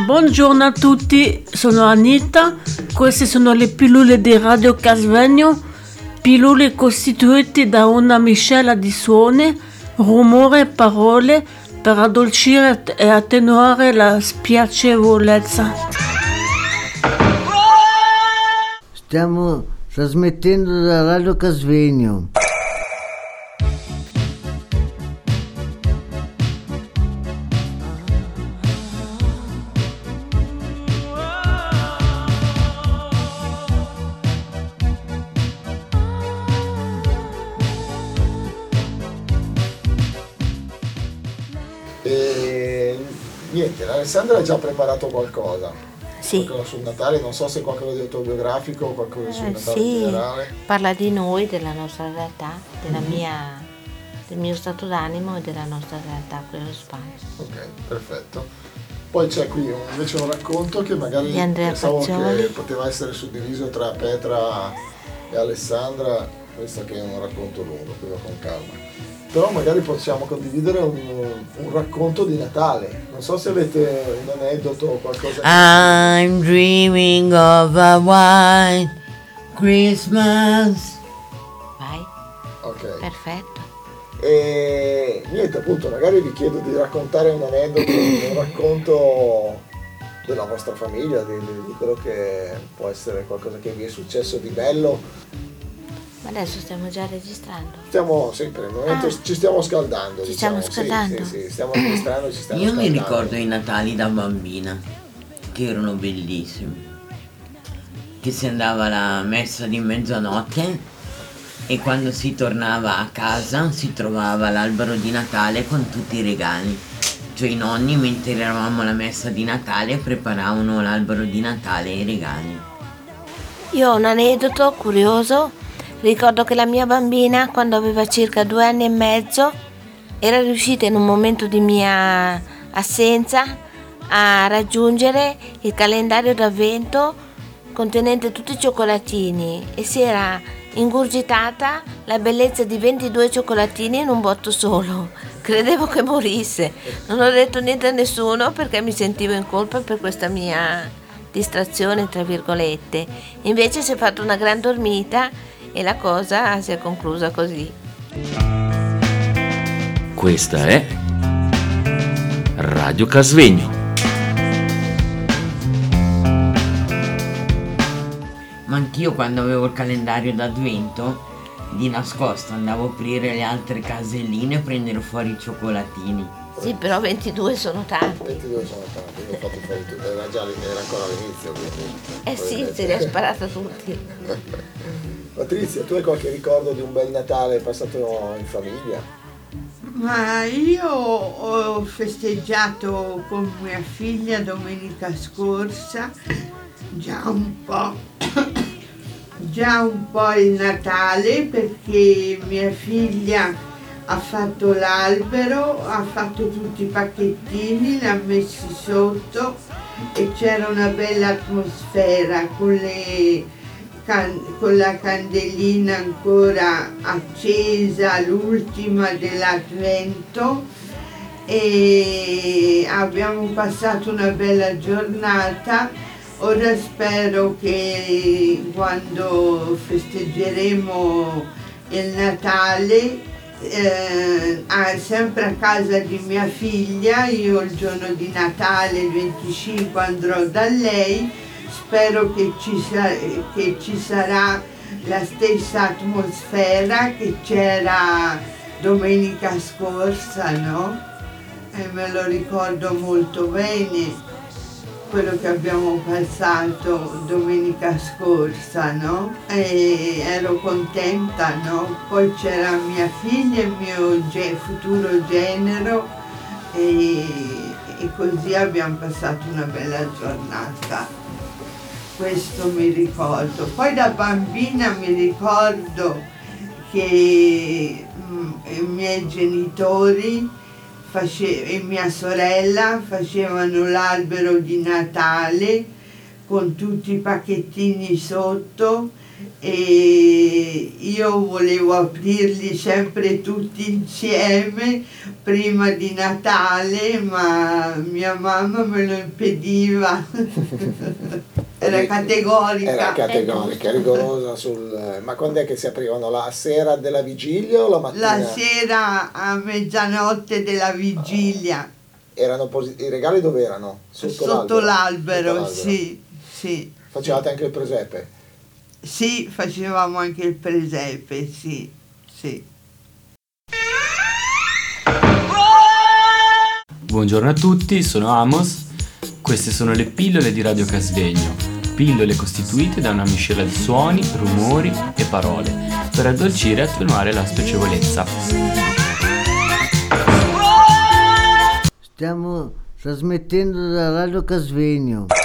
Buongiorno a tutti, sono Anita, queste sono le pillole di Radio Casvegno, pillole costituite da una miscela di suoni, rumore e parole per addolcire e attenuare la spiacevolezza. Stiamo trasmettendo da Radio Casvegno. Niente, Alessandra ha già preparato qualcosa. Sì. Qualcosa sul Natale, non so se qualcosa di autobiografico o qualcosa sul Natale in Sì, generale. parla di noi, della nostra realtà, del mio stato d'animo e della nostra realtà qui allo spazio. Ok, perfetto. Poi c'è qui invece un racconto che magari Di Andrea pensavo Paccioli. che poteva essere suddiviso tra Petra e Alessandra, visto che è un racconto lungo, quello con calma. Però magari possiamo condividere un racconto di Natale. Non so se avete un aneddoto o qualcosa. I'm dreaming of a white Christmas. Vai, Ok. perfetto. E niente, appunto, magari vi chiedo di raccontare un aneddoto, un racconto della vostra famiglia, di quello che può essere qualcosa che vi è successo di bello. Ma adesso stiamo già registrando. Per il momento ci stiamo scaldando. Ci diciamo. stiamo scaldando? Sì, stiamo registrando, ci stiamo Io scaldando. mi ricordo i Natali da bambina, che erano bellissimi. Che si andava alla messa di mezzanotte e quando si tornava a casa si trovava l'albero di Natale con tutti i regali. Cioè i nonni, mentre eravamo alla messa di Natale, preparavano l'albero di Natale e i regali. Io ho un aneddoto curioso. Ricordo che la mia bambina, quando aveva circa 2 anni e mezzo, era riuscita in un momento di mia assenza a raggiungere il calendario d'avvento contenente tutti i cioccolatini e si era ingurgitata la bellezza di 22 cioccolatini in un botto solo. Credevo che morisse. Non ho detto niente a nessuno perché mi sentivo in colpa per questa mia distrazione, tra virgolette. Invece si è fatta una gran dormita e la cosa si è conclusa così. Questa è Radio Casvegno. Ma anch'io quando avevo il calendario d'avvento, di nascosto andavo a aprire le altre caselline e prendere fuori i cioccolatini. Sì, però 22 sono tanti. 22 sono tanti, io ho fatto fuori tutto, era ancora all'inizio, quindi. Sì, se li ha sparata tutti. Patrizia, tu hai qualche ricordo di un bel Natale passato in famiglia? Ma io ho festeggiato con mia figlia domenica scorsa già un po' il Natale, perché mia figlia ha fatto l'albero, ha fatto tutti i pacchettini, li ha messi sotto e c'era una bella atmosfera con la candelina ancora accesa, l'ultima dell'Advento, e abbiamo passato una bella giornata. Ora spero che quando festeggeremo il Natale sempre a casa di mia figlia, io il giorno di Natale, il 25, andrò da lei. Spero che ci sarà la stessa atmosfera che c'era domenica scorsa, no? E me lo ricordo molto bene quello che abbiamo passato domenica scorsa, no? E ero contenta, no? Poi c'era mia figlia e il mio futuro genero e così abbiamo passato una bella giornata. Questo mi ricordo. Poi da bambina mi ricordo che i miei genitori e mia sorella facevano l'albero di Natale con tutti i pacchettini sotto e io volevo aprirli sempre tutti insieme prima di Natale, ma mia mamma me lo impediva. Era categorica. Era categorica, rigorosa sul... Ma quando è che si aprivano? La sera della vigilia o la mattina? La sera a mezzanotte della vigilia. I regali dove erano? Sotto l'albero, sì, sì. Facevate anche il presepe? Sì, facevamo anche il presepe, sì, sì. Buongiorno a tutti, sono Amos. Queste sono le pillole di Radio Casvegno. Pillole costituite da una miscela di suoni, rumori e parole per addolcire e attenuare la spiacevolezza. Stiamo trasmettendo da Radio Casvegno.